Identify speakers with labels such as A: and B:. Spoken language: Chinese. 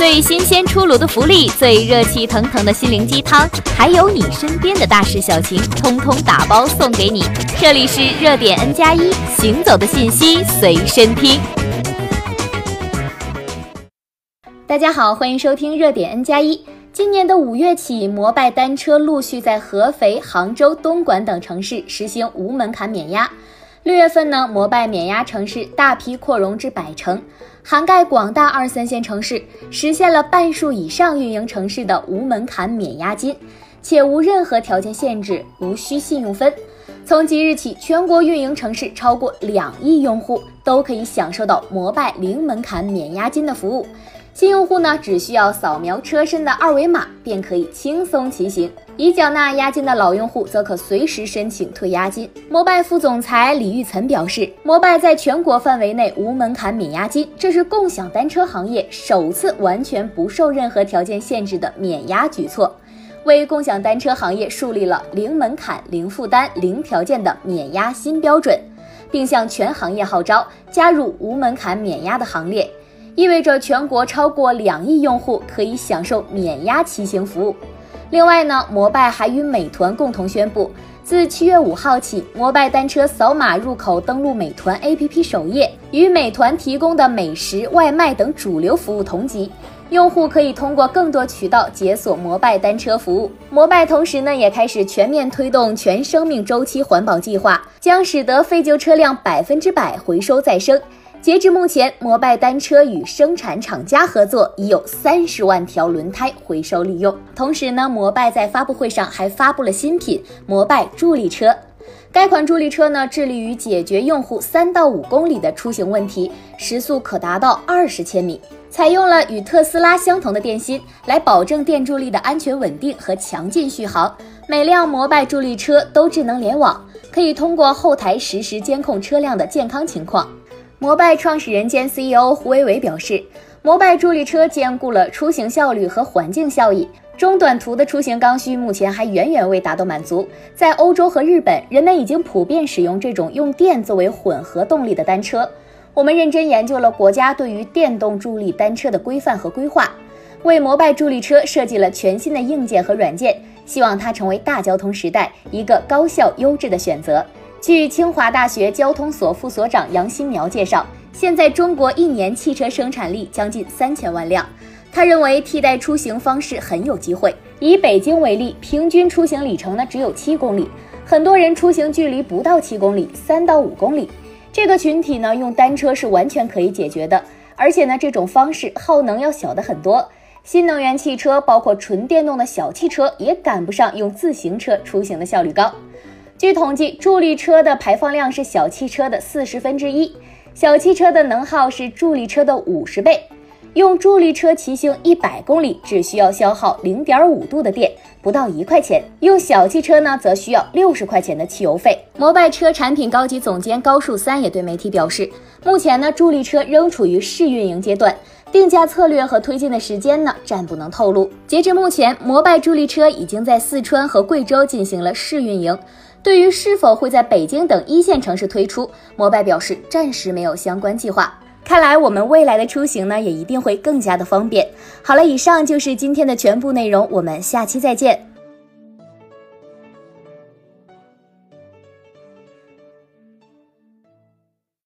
A: 最新鲜出炉的福利，最热气腾腾的心灵鸡汤，还有你身边的大事小情，通通打包送给你。这里是热点 N+1，行走的信息随身听。大家好，欢迎收听热点 N+1。今年的5月起，摩拜单车陆续在合肥、杭州、东莞等城市实行无门槛免押。6月份呢，摩拜免押城市大批扩容至100城，涵盖广大2、3线城市，实现了半数以上运营城市的无门槛免押金，且无任何条件限制，无需信用分。从即日起，全国运营城市超过2亿用户都可以享受到摩拜零门槛免押金的服务。新用户呢，只需要扫描车身的2维码便可以轻松骑行，已缴纳押金的老用户则可随时申请退押金。摩拜副总裁李玉岑表示，摩拜在全国范围内无门槛免押金，这是共享单车行业首次完全不受任何条件限制的免押举措，为共享单车行业树立了零门槛、零负担、零条件的免押新标准，并向全行业号召加入无门槛免押的行列，意味着全国超过2亿用户可以享受免押骑行服务。另外呢，摩拜还与美团共同宣布，自7月5号起，摩拜单车扫码入口登录美团 APP 首页，与美团提供的美食、外卖等主流服务同级，用户可以通过更多渠道解锁摩拜单车服务。摩拜同时呢，也开始全面推动全生命周期环保计划，将使得废旧车辆100%回收再生。截至目前，摩拜单车与生产厂家合作，已有30万条轮胎回收利用。同时呢，摩拜在发布会上还发布了新品摩拜助力车。该款助力车呢，致力于解决用户3到5公里的出行问题，时速可达到20千米。采用了与特斯拉相同的电芯，来保证电助力的安全稳定和强劲续航。每辆摩拜助力车都智能联网，可以通过后台实时监控车辆的健康情况。摩拜创始人兼 CEO 胡维伟表示，摩拜助力车兼顾了出行效率和环境效益，中短途的出行刚需目前还远远未达到满足。在欧洲和日本，人们已经普遍使用这种用电作为混合动力的单车。我们认真研究了国家对于电动助力单车的规范和规划，为摩拜助力车设计了全新的硬件和软件，希望它成为大交通时代一个高效优质的选择。据清华大学交通所副所长杨新苗介绍，现在中国1年汽车生产力将近3000万辆。他认为替代出行方式很有机会。以北京为例，平均出行里程呢只有7公里，很多人出行距离不到7公里，3到5公里。这个群体呢，用单车是完全可以解决的，而且呢，这种方式耗能要小得很多。新能源汽车，包括纯电动的小汽车，也赶不上用自行车出行的效率高。据统计，助力车的排放量是小汽车的1/40，小汽车的能耗是助力车的50倍。用助力车骑行100公里只需要消耗0.5度的电，不到1块钱。用小汽车呢，则需要60块钱的汽油费。摩拜车产品高级总监高树三也对媒体表示，目前呢，助力车仍处于试运营阶段，定价策略和推进的时间呢，暂不能透露。截至目前，摩拜助力车已经在四川和贵州进行了试运营。对于是否会在北京等1线城市推出，摩拜表示暂时没有相关计划。看来我们未来的出行呢，也一定会更加的方便。好了，以上就是今天的全部内容，我们下期再见。